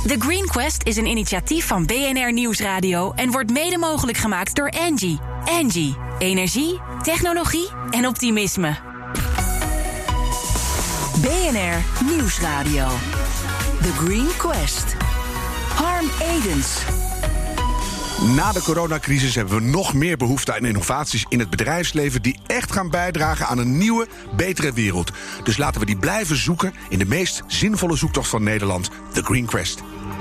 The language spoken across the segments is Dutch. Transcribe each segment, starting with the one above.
The Green Quest is een initiatief van BNR Nieuwsradio en wordt mede mogelijk gemaakt door Engie. Engie. Energie, technologie en optimisme. BNR Nieuwsradio. The Green Quest. Harm Edens. Na de coronacrisis hebben we nog meer behoefte aan innovaties in het bedrijfsleven die echt gaan bijdragen aan een nieuwe, betere wereld. Dus laten we die blijven zoeken in de meest zinvolle zoektocht van Nederland, The Green Quest.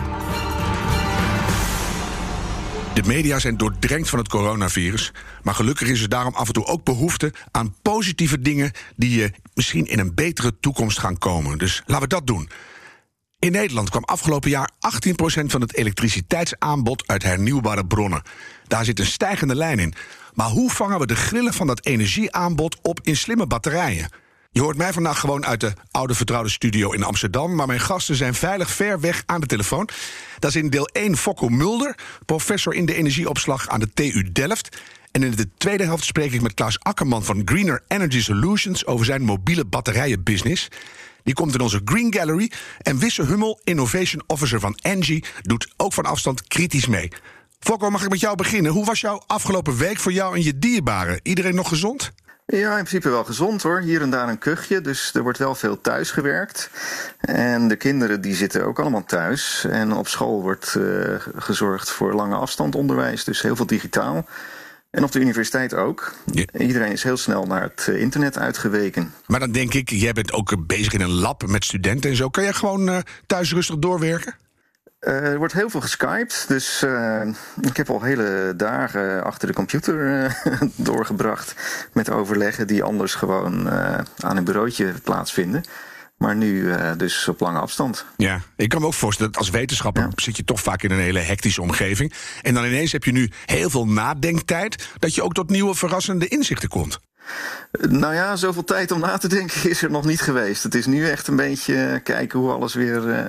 De media zijn doordrenkt van het coronavirus, maar gelukkig is er daarom af en toe ook behoefte aan positieve dingen die misschien in een betere toekomst gaan komen. Dus laten we dat doen. In Nederland kwam afgelopen jaar 18% van het elektriciteitsaanbod uit hernieuwbare bronnen. Daar zit een stijgende lijn in. Maar hoe vangen we de grillen van dat energieaanbod op in slimme batterijen? Je hoort mij vandaag gewoon uit de oude vertrouwde studio in Amsterdam, maar mijn gasten zijn veilig ver weg aan de telefoon. Dat is in deel 1 Fokko Mulder, professor in de energieopslag aan de TU Delft. En in de tweede helft spreek ik met Klaas Akkerman van Greener Energy Solutions over zijn mobiele batterijenbusiness. Die komt in onze Green Gallery. En Wisse Hummel, Innovation Officer van Engie, doet ook van afstand kritisch mee. Fokko, mag ik met jou beginnen? Hoe was jouw afgelopen week voor jou en je dierbaren? Iedereen nog gezond? Ja, in principe wel gezond hoor. Hier en daar een kuchje, dus er wordt wel veel thuis gewerkt. En de kinderen die zitten ook allemaal thuis. En op school wordt gezorgd voor lange afstandonderwijs, dus heel veel digitaal. En op de universiteit ook. Ja. Iedereen is heel snel naar het internet uitgeweken. Maar dan denk ik, jij bent ook bezig in een lab met studenten en zo. Kan jij gewoon thuis rustig doorwerken? Er wordt heel veel geskyped, dus ik heb al hele dagen achter de computer doorgebracht met overleggen die anders gewoon aan een bureautje plaatsvinden. Maar nu dus op lange afstand. Ja, ik kan me ook voorstellen dat als wetenschapper zit je toch vaak in een hele hectische omgeving. En dan ineens heb je nu heel veel nadenktijd, dat je ook tot nieuwe verrassende inzichten komt. Nou ja, zoveel tijd om na te denken is er nog niet geweest. Het is nu echt een beetje kijken hoe alles weer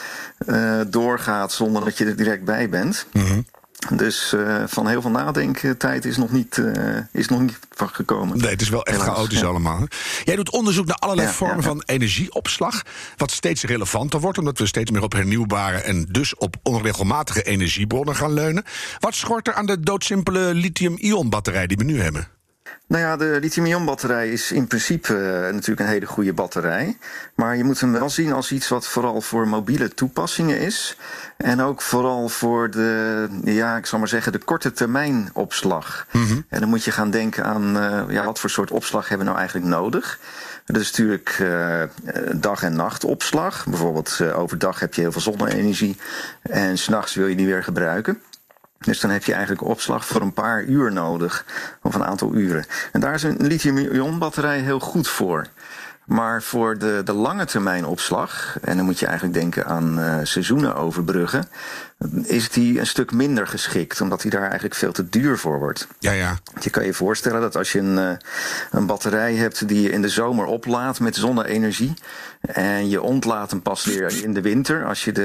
doorgaat zonder dat je er direct bij bent. Mm-hmm. Dus van heel veel nadenktijd is nog niet van gekomen. Nee, het is wel echt chaotisch allemaal. Hè? Jij doet onderzoek naar allerlei vormen van energieopslag, wat steeds relevanter wordt, omdat we steeds meer op hernieuwbare en dus op onregelmatige energiebronnen gaan leunen. Wat schort er aan de doodsimpele lithium-ion-batterij die we nu hebben? Nou ja, de lithium-ion-batterij is in principe natuurlijk een hele goede batterij. Maar je moet hem wel zien als iets wat vooral voor mobiele toepassingen is. En ook vooral voor de, ik zal maar zeggen, de korte termijn opslag. Mm-hmm. En dan moet je gaan denken aan, wat voor soort opslag hebben we nou eigenlijk nodig? Dat is natuurlijk dag- en nachtopslag. Bijvoorbeeld overdag heb je heel veel zonne-energie en 's nachts wil je die weer gebruiken. Dus dan heb je eigenlijk opslag voor een paar uur nodig, of een aantal uren. En daar is een lithium-ion-batterij heel goed voor. Maar voor de lange termijn opslag, en dan moet je eigenlijk denken aan seizoenen overbruggen, is die een stuk minder geschikt, omdat die daar eigenlijk veel te duur voor wordt. Ja. Je kan je voorstellen dat als je een batterij hebt die je in de zomer oplaadt met zonne-energie, en je ontlaadt hem pas weer in de winter als je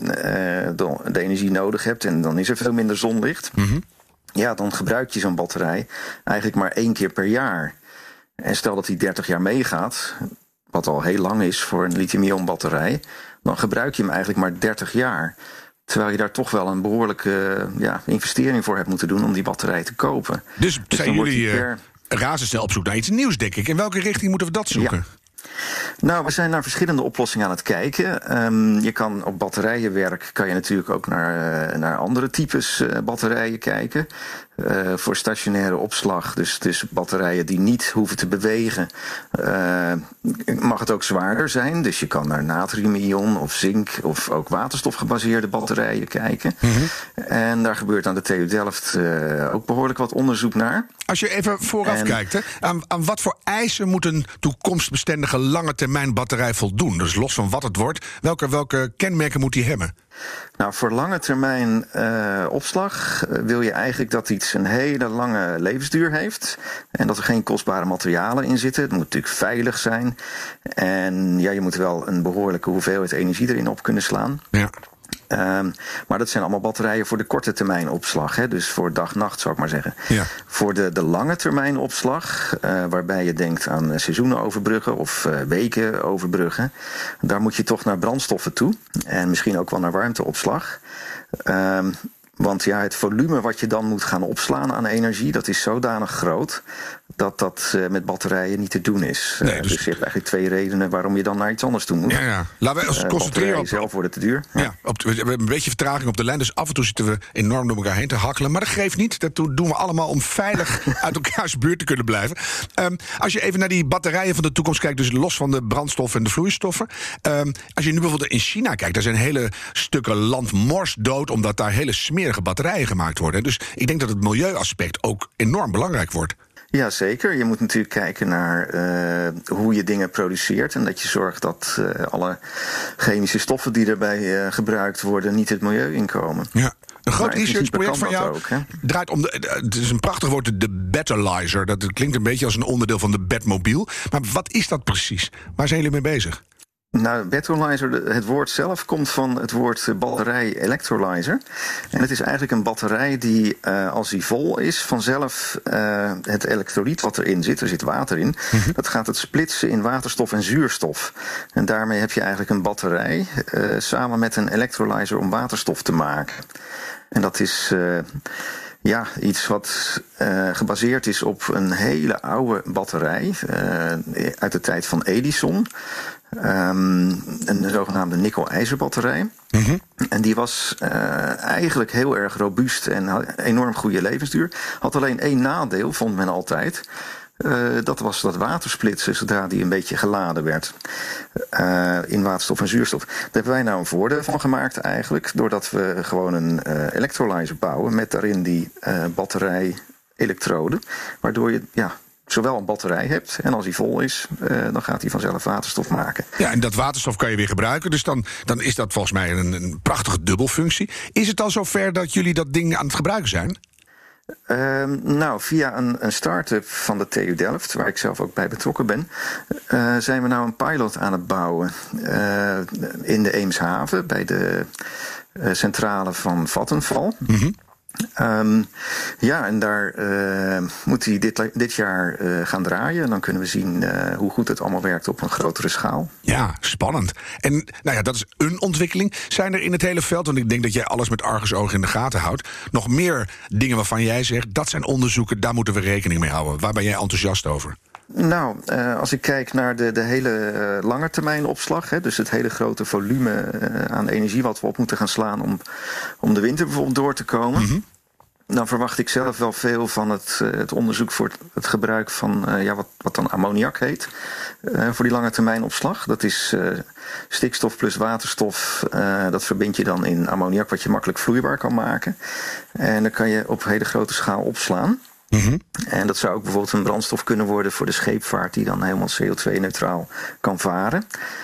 de energie nodig hebt, en dan is er veel minder zonlicht. Mm-hmm. Ja, dan gebruik je zo'n batterij eigenlijk maar 1 keer per jaar. En stel dat die 30 jaar meegaat, wat al heel lang is voor een lithium-ion-batterij, dan gebruik je hem eigenlijk maar 30 jaar. Terwijl je daar toch wel een behoorlijke investering voor hebt moeten doen om die batterij te kopen. Dus zijn jullie razendsnel op zoek naar iets nieuws, denk ik. In welke richting moeten we dat zoeken? Ja. Nou, we zijn naar verschillende oplossingen aan het kijken. Je kan op batterijenwerk kan je natuurlijk ook naar andere types batterijen kijken. Voor stationaire opslag, dus batterijen die niet hoeven te bewegen, mag het ook zwaarder zijn. Dus je kan naar natrium-ion of zink of ook waterstofgebaseerde batterijen kijken. Mm-hmm. En daar gebeurt aan de TU Delft ook behoorlijk wat onderzoek naar. Als je even vooraf kijkt, hè, aan wat voor eisen moet een toekomstbestendige lange termijn batterij voldoen? Dus los van wat het wordt, welke kenmerken moet die hebben? Nou, voor lange termijn opslag wil je eigenlijk dat iets een hele lange levensduur heeft. En dat er geen kostbare materialen in zitten. Het moet natuurlijk veilig zijn. En je moet wel een behoorlijke hoeveelheid energie erin op kunnen slaan. Ja. Maar dat zijn allemaal batterijen voor de korte termijn opslag. Hè? Dus voor dag-nacht, zou ik maar zeggen. Ja. Voor de lange termijn opslag, waarbij je denkt aan seizoenen overbruggen of weken overbruggen, daar moet je toch naar brandstoffen toe. En misschien ook wel naar warmteopslag. Want ja, het volume wat je dan moet gaan opslaan aan energie, dat is zodanig groot dat met batterijen niet te doen is. Nee, dus je hebt eigenlijk 2 redenen waarom je dan naar iets anders toe moet. Ja. Laten we ons concentreren op... zelf wordt het te duur. Ja, we hebben een beetje vertraging op de lijn, dus af en toe zitten we enorm door elkaar heen te hakkelen. Maar dat geeft niet, dat doen we allemaal om veilig uit elkaars buurt te kunnen blijven. Als je even naar die batterijen van de toekomst kijkt, dus los van de brandstoffen en de vloeistoffen. Als je nu bijvoorbeeld in China kijkt, daar zijn hele stukken land morsdood, omdat daar hele smerige batterijen gemaakt worden. Dus ik denk dat het milieuaspect ook enorm belangrijk wordt. Ja, zeker. Je moet natuurlijk kijken naar hoe je dingen produceert. En dat je zorgt dat alle chemische stoffen die erbij gebruikt worden niet het milieu inkomen. Ja. Een groot researchproject van jou ook, draait om het is een prachtig woord, de Betterlizer. Dat klinkt een beetje als een onderdeel van de Batmobiel. Maar wat is dat precies? Waar zijn jullie mee bezig? Nou, Batterlizer, het woord zelf komt van het woord batterij electrolyzer. En het is eigenlijk een batterij die, als die vol is, vanzelf het elektrolyt wat erin zit, er zit water in, dat gaat het splitsen in waterstof en zuurstof. En daarmee heb je eigenlijk een batterij samen met een electrolyzer om waterstof te maken. En dat is iets wat gebaseerd is op een hele oude batterij uit de tijd van Edison. Een zogenaamde nikkel-ijzerbatterij. En die was eigenlijk heel erg robuust en had een enorm goede levensduur. Had alleen 1 nadeel, vond men altijd. Dat was dat watersplitsen zodra die een beetje geladen werd in waterstof en zuurstof. Daar hebben wij nou een voordeel van gemaakt eigenlijk, doordat we gewoon een electrolyzer bouwen met daarin die batterij-elektroden, waardoor je zowel een batterij hebt en als die vol is, dan gaat die vanzelf waterstof maken. Ja, en dat waterstof kan je weer gebruiken, dus dan is dat volgens mij een prachtige dubbelfunctie. Is het al zover dat jullie dat ding aan het gebruiken zijn? Via een start-up van de TU Delft, waar ik zelf ook bij betrokken ben, zijn we nou een pilot aan het bouwen in de Eemshaven bij de centrale van Vattenfall. En daar moet hij dit jaar gaan draaien. En dan kunnen we zien hoe goed het allemaal werkt op een grotere schaal. Ja, spannend. En dat is een ontwikkeling. Zijn er in het hele veld, want ik denk dat jij alles met argusogen in de gaten houdt, nog meer dingen waarvan jij zegt, dat zijn onderzoeken, daar moeten we rekening mee houden. Waar ben jij enthousiast over? Nou, als ik kijk naar de hele langetermijn opslag, dus het hele grote volume aan energie wat we op moeten gaan slaan om de winter bijvoorbeeld door te komen, dan verwacht ik zelf wel veel van het onderzoek voor het gebruik van wat dan ammoniak heet, voor die langetermijn opslag. Dat is stikstof plus waterstof, dat verbind je dan in ammoniak wat je makkelijk vloeibaar kan maken. En dan kan je op hele grote schaal opslaan. En dat zou ook bijvoorbeeld een brandstof kunnen worden voor de scheepvaart die dan helemaal CO2-neutraal kan varen.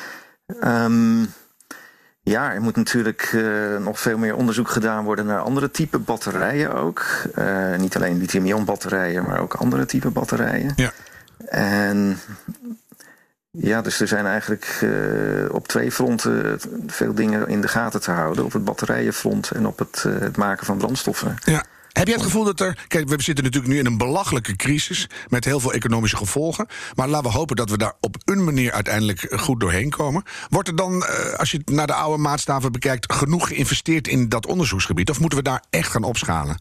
Er moet natuurlijk nog veel meer onderzoek gedaan worden naar andere type batterijen ook. Niet alleen lithium-ion batterijen, maar ook andere type batterijen. Ja. En dus er zijn eigenlijk op 2 fronten veel dingen in de gaten te houden. Op het batterijenfront en op het maken van brandstoffen. Ja. Heb jij het gevoel dat kijk, we zitten natuurlijk nu in een belachelijke crisis met heel veel economische gevolgen. Maar laten we hopen dat we daar op een manier uiteindelijk goed doorheen komen. Wordt er dan, als je het naar de oude maatstaven bekijkt, genoeg geïnvesteerd in dat onderzoeksgebied? Of moeten we daar echt gaan opschalen?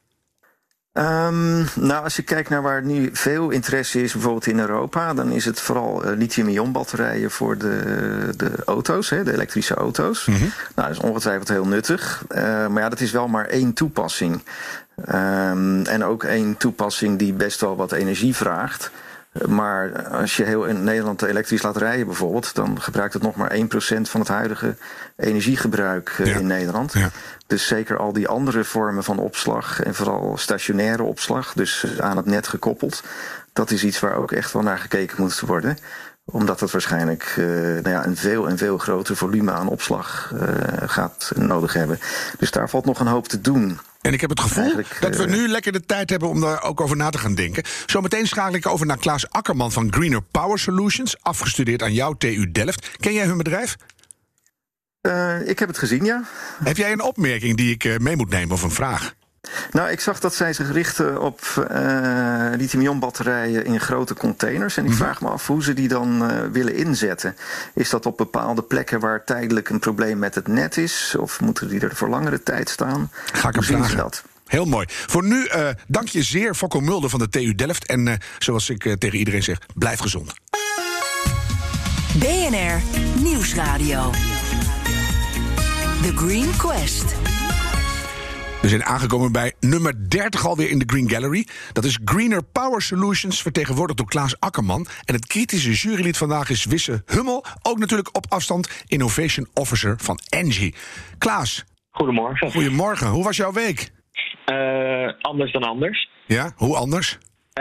Als je kijkt naar waar nu veel interesse is, bijvoorbeeld in Europa, dan is het vooral lithium-ion batterijen voor de auto's, de elektrische auto's. Dat is ongetwijfeld heel nuttig. Maar dat is wel maar 1 toepassing. En ook 1 toepassing die best wel wat energie vraagt. Maar als je heel in Nederland elektrisch laat rijden bijvoorbeeld, dan gebruikt het nog maar 1% van het huidige energiegebruik in Nederland. Ja. Dus zeker al die andere vormen van opslag en vooral stationaire opslag, dus aan het net gekoppeld, dat is iets waar ook echt wel naar gekeken moet worden. Omdat het waarschijnlijk een veel groter volume aan opslag gaat nodig hebben. Dus daar valt nog een hoop te doen. En ik heb het gevoel dat we nu lekker de tijd hebben om daar ook over na te gaan denken. Zometeen schakel ik over naar Klaas Akkerman van Greener Power Solutions, afgestudeerd aan jouw TU Delft. Ken jij hun bedrijf? Ik heb het gezien, ja. Heb jij een opmerking die ik mee moet nemen of een vraag? Nou, ik zag dat zij zich richten op lithium-ionbatterijen in grote containers. En ik vraag me af hoe ze die dan willen inzetten. Is dat op bepaalde plekken waar tijdelijk een probleem met het net is? Of moeten die er voor langere tijd staan? Ga ik hem vragen. Dat? Heel mooi. Voor nu dank je zeer, Fokko Mulder van de TU Delft. En zoals ik tegen iedereen zeg, blijf gezond. BNR Nieuwsradio. The Green Quest. We zijn aangekomen bij nummer 30 alweer in de Green Gallery. Dat is Greener Power Solutions, vertegenwoordigd door Klaas Akkerman. En het kritische jurylid vandaag is Wisse Hummel. Ook natuurlijk op afstand Innovation Officer van ENGIE. Klaas. Goedemorgen. Goedemorgen. Hoe was jouw week? Anders dan anders. Ja, hoe anders?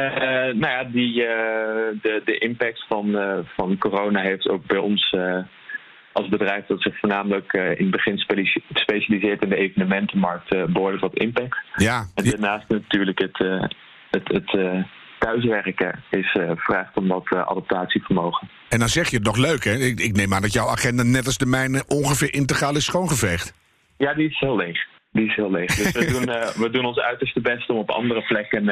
De impact van corona heeft ook bij ons als bedrijf dat zich voornamelijk in het begin specialiseert in de evenementenmarkt behoorlijk wat impact. Ja. En daarnaast natuurlijk het thuiswerken vraagt om wat adaptatievermogen. En dan zeg je het nog leuk, hè? Ik neem aan dat jouw agenda net als de mijne ongeveer integraal is schoongeveegd. Ja, die is heel leeg. Dus we doen ons uiterste best om op andere plekken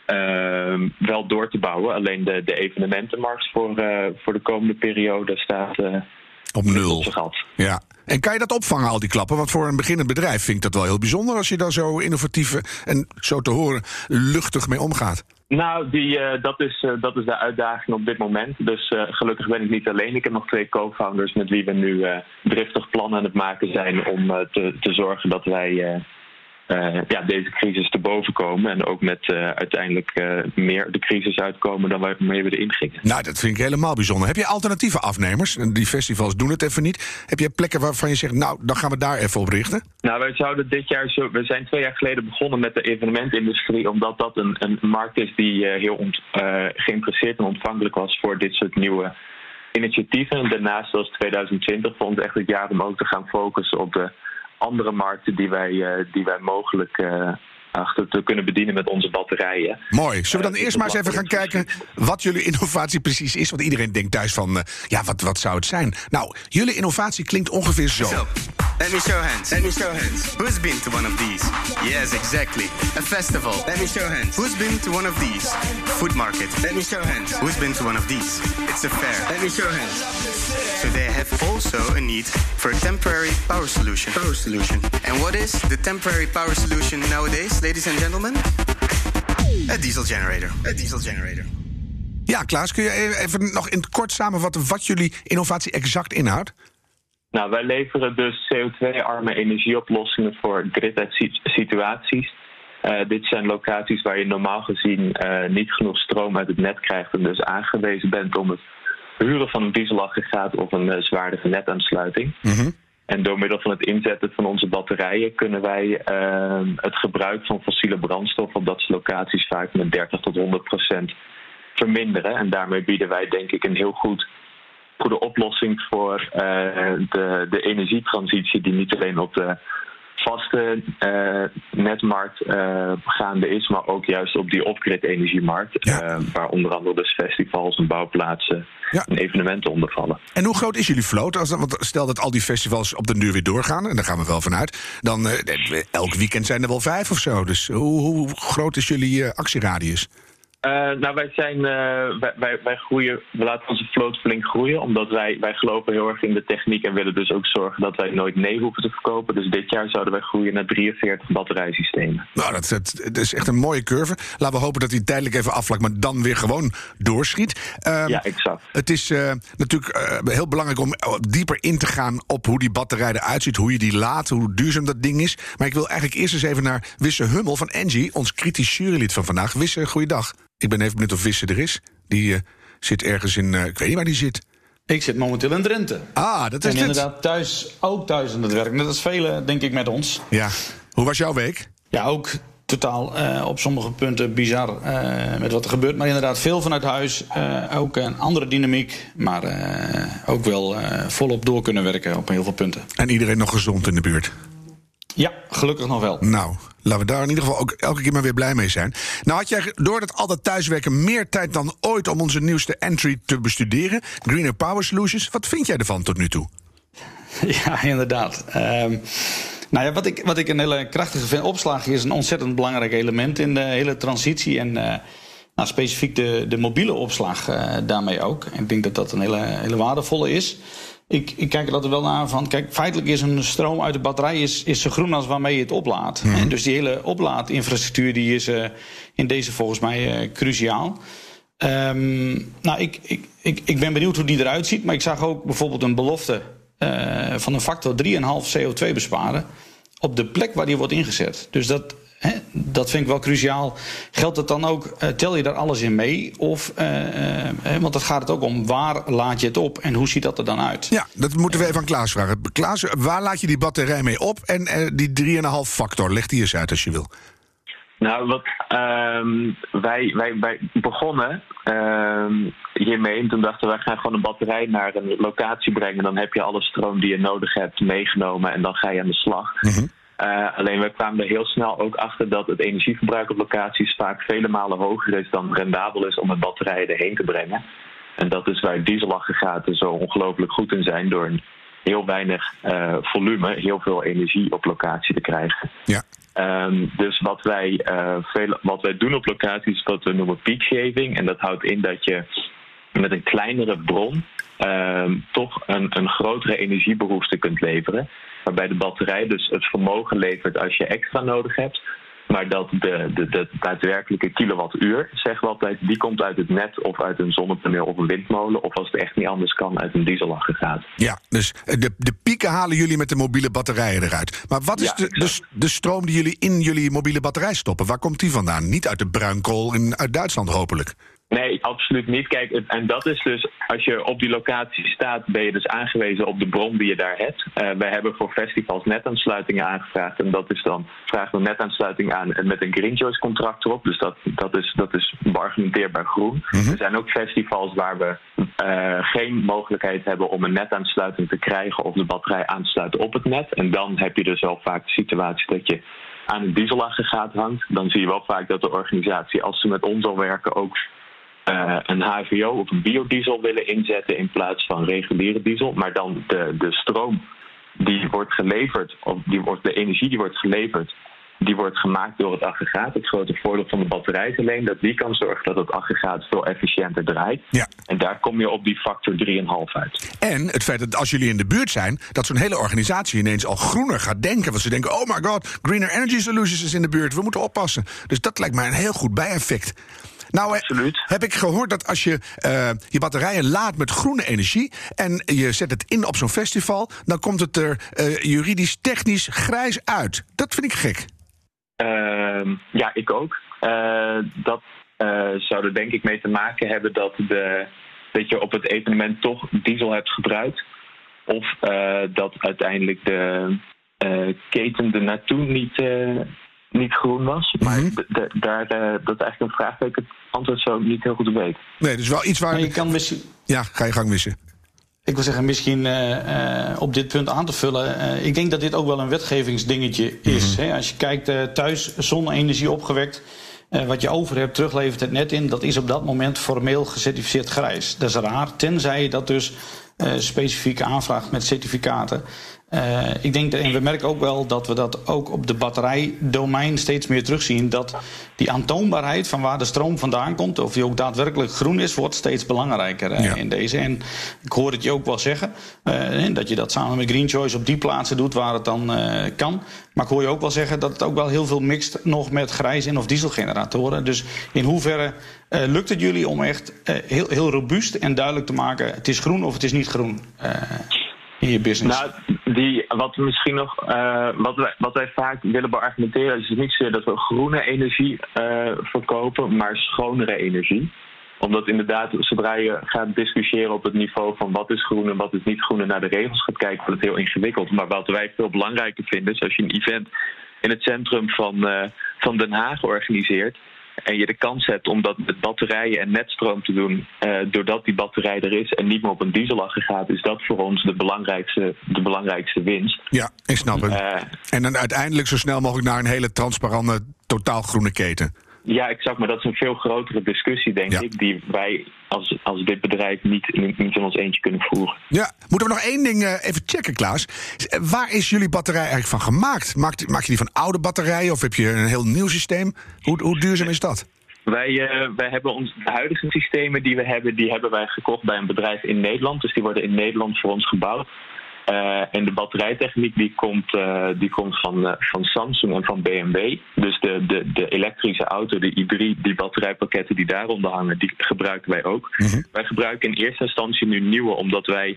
wel door te bouwen. Alleen de evenementenmarkt voor de komende periode staat op nul. Op zijn gat. Ja. En kan je dat opvangen, al die klappen? Want voor een beginnend bedrijf vind ik dat wel heel bijzonder als je daar zo innovatief en zo te horen luchtig mee omgaat. Nou, dat is de uitdaging op dit moment. Dus gelukkig ben ik niet alleen. Ik heb nog 2 co-founders met wie we nu driftig plannen aan het maken zijn om te zorgen dat wij deze crisis te boven komen. En ook met uiteindelijk meer de crisis uitkomen dan waarmee we erin gingen. Nou, dat vind ik helemaal bijzonder. Heb je alternatieve afnemers? Die festivals doen het even niet. Heb je plekken waarvan je zegt, nou, dan gaan we daar even op richten? Nou, wij zouden we zijn 2 jaar geleden begonnen met de evenementindustrie, omdat dat een markt is die heel geïnteresseerd en ontvankelijk was voor dit soort nieuwe initiatieven. En daarnaast was 2020 voor ons echt het jaar om ook te gaan focussen op de andere markten die wij mogelijk achter te kunnen bedienen met onze batterijen. Mooi. Zullen we dan eerst maar eens even gaan kijken wat jullie innovatie precies is? Want iedereen denkt thuis van, wat zou het zijn? Nou, jullie innovatie klinkt ongeveer zo. Let me show hands. Let me show hands. Who's been to one of these? Yes, exactly. A festival. Let me show hands. Who's been to one of these? Food market. Let me show hands. Who's been to one of these? It's a fair. Let me show hands. So they have also a need for a temporary power solution. Power solution. And what is the temporary power solution nowadays, ladies and gentlemen? A diesel generator. A diesel generator. Ja, Klaas, kun je even nog in het kort samenvatten wat jullie innovatie exact inhoudt? Nou, wij leveren dus CO2-arme energieoplossingen voor grid-situaties. Dit zijn locaties waar je normaal gezien niet genoeg stroom uit het net krijgt en dus aangewezen bent om het huren van een dieselaggregaat of een zwaardere netaansluiting. Mm-hmm. En door middel van het inzetten van onze batterijen kunnen wij het gebruik van fossiele brandstof op dat soort locaties vaak met 30 tot 100% verminderen. En daarmee bieden wij denk ik een heel goede oplossing voor de energietransitie die niet alleen op de vaste netmarkt gaande is, maar ook juist op die off-grid energiemarkt, waar onder andere dus festivals en bouwplaatsen en evenementen onder vallen. En hoe groot is jullie vloot? Want stel dat al die festivals op den duur weer doorgaan, en daar gaan we wel vanuit, dan elk weekend zijn er wel 5 of zo. Dus hoe groot is jullie actieradius? Wij groeien, we laten onze vloot flink groeien, omdat wij geloven heel erg in de techniek en willen dus ook zorgen dat wij nooit nee hoeven te verkopen. Dus dit jaar zouden wij groeien naar 43 batterijsystemen. Nou, dat is echt een mooie curve. Laten we hopen dat die tijdelijk even afvlakt, maar dan weer gewoon doorschiet. Ja, exact. Het is natuurlijk heel belangrijk om dieper in te gaan op hoe die batterij eruit ziet, hoe je die laat, hoe duurzaam dat ding is. Maar ik wil eigenlijk eerst eens even naar Wisse Hummel van ENGIE, ons kritisch jurylid van vandaag. Wisse, goeiedag. Ik ben even benieuwd of Wisse er is. Die zit ergens in, ik weet niet waar die zit. Ik zit momenteel in Drenthe. Ah, dat is en inderdaad thuis aan het werk. Net als velen, denk ik, met ons. Ja. Hoe was jouw week? Ja, ook totaal op sommige punten bizar met wat er gebeurt. Maar inderdaad veel vanuit huis. Ook een andere dynamiek. Maar ook wel volop door kunnen werken op heel veel punten. En iedereen nog gezond in de buurt? Ja, gelukkig nog wel. Nou, laten we daar in ieder geval ook elke keer maar weer blij mee zijn. Nou had jij door al dat thuiswerken meer tijd dan ooit om onze nieuwste entry te bestuderen. Greener Power Solutions. Wat vind jij ervan tot nu toe? Ja, inderdaad. Nou ja, wat ik een hele krachtige vind, opslag is een ontzettend belangrijk element in de hele transitie. En specifiek de mobiele opslag daarmee ook. En ik denk dat dat een hele waardevolle is. Ik kijk er altijd wel naar van, kijk, feitelijk is een stroom uit de batterij is zo groen als waarmee je het oplaadt. En dus die hele oplaadinfrastructuur die is in deze volgens mij cruciaal. Ik ben benieuwd hoe die eruit ziet, maar ik zag ook bijvoorbeeld een belofte van een factor 3,5 CO2 besparen op de plek waar die wordt ingezet. Dus dat vind ik wel cruciaal. Geldt het dan ook, tel je daar alles in mee? Of, want dat gaat het ook om, waar laat je het op en hoe ziet dat er dan uit? Ja, dat moeten we even aan Klaas vragen. Klaas, waar laat je die batterij mee op? En die 3,5 factor, leg die eens uit als je wil. Nou, wij begonnen hiermee. En toen dachten wij gaan gewoon een batterij naar een locatie brengen. Dan heb je alle stroom die je nodig hebt meegenomen en dan ga je aan de slag. Mm-hmm. Alleen we kwamen er heel snel ook achter dat het energieverbruik op locaties vaak vele malen hoger is dan rendabel is om met batterijen erheen te brengen. En dat is waar dieselaggregaten zo ongelooflijk goed in zijn door een heel weinig volume, heel veel energie op locatie te krijgen. Ja. Dus wat wij doen op locaties is wat we noemen peak shaving. En dat houdt in dat je met een kleinere bron toch een grotere energiebehoefte kunt leveren. Waarbij de batterij dus het vermogen levert als je extra nodig hebt. Maar dat de daadwerkelijke kilowattuur, zeggen we altijd, die komt uit het net of uit een zonnepaneel of een windmolen. Of als het echt niet anders kan, uit een dieselaggregaat. Ja, dus de pieken halen jullie met de mobiele batterijen eruit. Maar wat is de stroom die jullie in jullie mobiele batterij stoppen? Waar komt die vandaan? Niet uit de bruinkool uit Duitsland hopelijk. Nee, absoluut niet. Kijk, en dat is dus, als je op die locatie staat, ben je dus aangewezen op de bron die je daar hebt. Wij hebben voor festivals netaansluitingen aangevraagd. En dat is dan, vragen we netaansluiting aan met een Green Choice contract erop. Dus dat is beargumenteerbaar groen. Mm-hmm. Er zijn ook festivals waar we geen mogelijkheid hebben om een netaansluiting te krijgen of de batterij aan te sluiten op het net. En dan heb je dus wel vaak de situatie dat je aan een dieselaggregaat hangt. Dan zie je wel vaak dat de organisatie, als ze met ons al werken, ook een HVO of een biodiesel willen inzetten in plaats van reguliere diesel. Maar dan de stroom die wordt geleverd, of de energie die wordt geleverd, die wordt gemaakt door het aggregaat. Het grote voordeel van de batterij is alleen dat die kan zorgen dat het aggregaat veel efficiënter draait. Ja. En daar kom je op die factor 3,5 uit. En het feit dat als jullie in de buurt zijn, dat zo'n hele organisatie ineens al groener gaat denken. Want ze denken, oh my god, Greener Energy Solutions is in de buurt, we moeten oppassen. Dus dat lijkt mij een heel goed bijeffect. Nou, heb ik gehoord dat als je je batterijen laadt met groene energie en je zet het in op zo'n festival, dan komt het er juridisch technisch grijs uit. Dat vind ik gek. Ja, ik ook. Dat zou er denk ik mee te maken hebben dat je op het evenement toch diesel hebt gebruikt. Of dat uiteindelijk de keten er naartoe niet groen was. Maar dat is eigenlijk een vraag waar ik het antwoord zo niet heel goed weet. Nee, dus wel iets waar... je kan misschien... Ja, ga je gang missen. Ik wil zeggen, misschien op dit punt aan te vullen. Ik denk dat dit ook wel een wetgevingsdingetje is. Mm-hmm. Hè? Als je kijkt, thuis zonne-energie opgewekt, wat je over hebt, teruglevert het net in. Dat is op dat moment formeel gecertificeerd grijs. Dat is raar, tenzij je dat dus specifiek aanvraagt met certificaten. Ik denk en we merken ook wel dat we dat ook op de batterijdomein steeds meer terugzien. Dat die aantoonbaarheid van waar de stroom vandaan komt, of die ook daadwerkelijk groen is, wordt steeds belangrijker in deze. En ik hoor het je ook wel zeggen, dat je dat samen met Green Choice op die plaatsen doet waar het dan kan. Maar ik hoor je ook wel zeggen dat het ook wel heel veel mixt nog met grijs- en of dieselgeneratoren. Dus in hoeverre lukt het jullie om echt heel robuust en duidelijk te maken, het is groen of het is niet groen in je business? Nou, wat we misschien nog, wat wij vaak willen beargumenteren, is niet zozeer dat we groene energie verkopen, maar schonere energie. Omdat inderdaad, zodra je gaat discussiëren op het niveau van wat is groen en wat is niet groen en naar de regels gaat kijken, wordt het heel ingewikkeld. Maar wat wij veel belangrijker vinden, is als je een event in het centrum van Den Haag organiseert en je de kans hebt om dat met batterijen en netstroom te doen, doordat die batterij er is en niet meer op een dieselaggregaat, is dat voor ons de belangrijkste winst. Ja, ik snap het. En dan uiteindelijk zo snel mogelijk naar een hele transparante, totaal groene keten. Ja, exact. Maar dat is een veel grotere discussie, denk ik, die wij als dit bedrijf niet in ons eentje kunnen voeren. Ja, moeten we nog één ding even checken, Klaas. Waar is jullie batterij eigenlijk van gemaakt? Maak je die van oude batterijen of heb je een heel nieuw systeem? Hoe duurzaam is dat? Wij hebben de huidige systemen die hebben wij gekocht bij een bedrijf in Nederland. Dus die worden in Nederland voor ons gebouwd. En de batterijtechniek die komt van Samsung en van BMW. Dus de elektrische auto, de i3, die batterijpakketten die daaronder hangen, die gebruiken wij ook. Mm-hmm. Wij gebruiken in eerste instantie nu nieuwe, omdat wij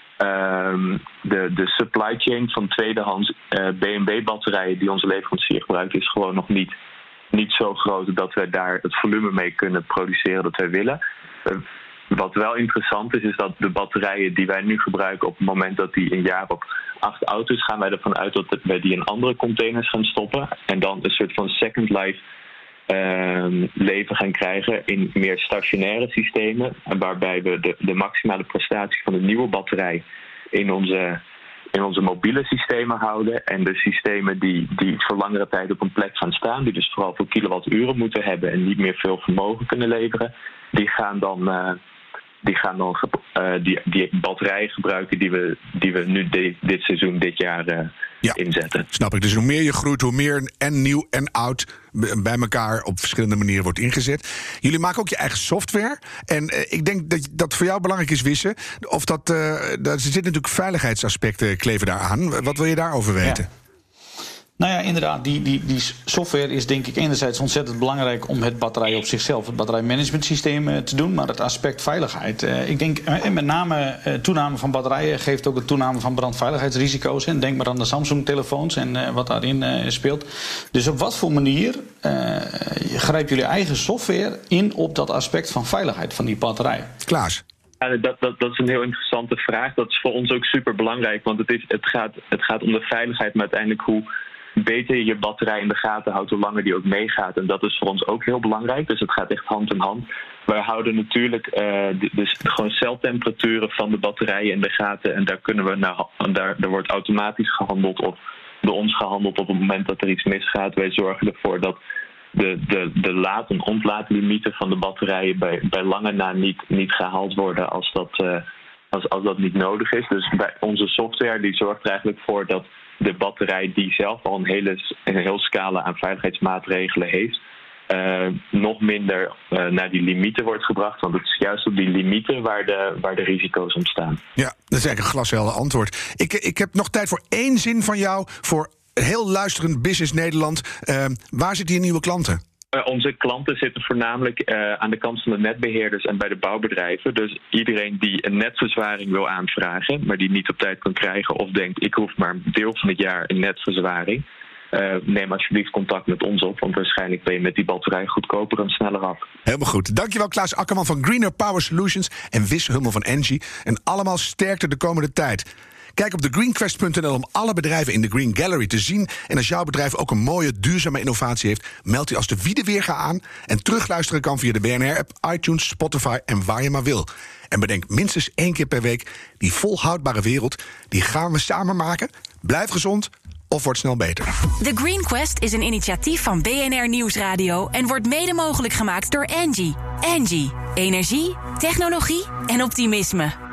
de supply chain van tweedehands BMW-batterijen die onze leverancier gebruikt, is gewoon nog niet zo groot dat wij daar het volume mee kunnen produceren dat wij willen. Wat wel interessant is dat de batterijen die wij nu gebruiken, op het moment dat die een jaar op 8 auto's, gaan wij ervan uit dat wij die in andere containers gaan stoppen. En dan een soort van second life leven gaan krijgen in meer stationaire systemen. Waarbij we de maximale prestatie van de nieuwe batterij in onze mobiele systemen houden. En de systemen die voor langere tijd op een plek gaan staan, die dus vooral voor kilowatturen moeten hebben en niet meer veel vermogen kunnen leveren, die gaan dan die batterijen gebruiken die we nu dit seizoen, dit jaar inzetten. Snap ik. Dus hoe meer je groeit, hoe meer en nieuw en oud bij elkaar op verschillende manieren wordt ingezet. Jullie maken ook je eigen software. En ik denk dat dat voor jou belangrijk is, Wisse. Of er zitten natuurlijk veiligheidsaspecten kleven daar aan. Wat wil je daarover weten? Ja. Nou ja, inderdaad, die software is denk ik enerzijds ontzettend belangrijk om het batterij op zichzelf, het batterijmanagementsysteem te doen, maar het aspect veiligheid. Ik denk met name toename van batterijen geeft ook een toename van brandveiligheidsrisico's. En denk maar aan de Samsung-telefoons en wat daarin speelt. Dus op wat voor manier grijpen jullie eigen software in op dat aspect van veiligheid van die batterij? Klaas? Ja, dat is een heel interessante vraag. Dat is voor ons ook super belangrijk, want het gaat om de veiligheid, maar uiteindelijk hoe beter je batterij in de gaten houdt, hoe langer die ook meegaat. En dat is voor ons ook heel belangrijk. Dus het gaat echt hand in hand. Wij houden natuurlijk dus gewoon celtemperaturen van de batterijen in de gaten. En daar kunnen we daar wordt automatisch gehandeld of door ons gehandeld op het moment dat er iets misgaat. Wij zorgen ervoor dat de laad- en ontlaadlimieten van de batterijen bij lange na niet gehaald worden als dat niet nodig is. Dus bij onze software die zorgt er eigenlijk voor dat de batterij die zelf al een heel scala aan veiligheidsmaatregelen heeft, nog minder naar die limieten wordt gebracht. Want het is juist op die limieten waar de risico's ontstaan. Ja, dat is eigenlijk een glashelder antwoord. Ik heb nog tijd voor 1 zin van jou voor heel luisterend Business Nederland. Waar zitten je nieuwe klanten? Onze klanten zitten voornamelijk aan de kant van de netbeheerders en bij de bouwbedrijven. Dus iedereen die een netverzwaring wil aanvragen, maar die niet op tijd kan krijgen of denkt ik hoef maar een deel van het jaar een netverzwaring, neem alsjeblieft contact met ons op, want waarschijnlijk ben je met die batterij goedkoper en sneller af. Helemaal goed. Dankjewel Klaas Akkerman van Greener Power Solutions en Wisse Hummel van Engie. En allemaal sterkte de komende tijd. Kijk op thegreenquest.nl om alle bedrijven in de Green Gallery te zien. En als jouw bedrijf ook een mooie, duurzame innovatie heeft, meld je als de Wiedeweerga aan. En terugluisteren kan via de BNR-app, iTunes, Spotify en waar je maar wil. En bedenk minstens 1 keer per week, die volhoudbare wereld, die gaan we samen maken. Blijf gezond of word snel beter. The Green Quest is een initiatief van BNR Nieuwsradio en wordt mede mogelijk gemaakt door Engie. Engie, energie, technologie en optimisme.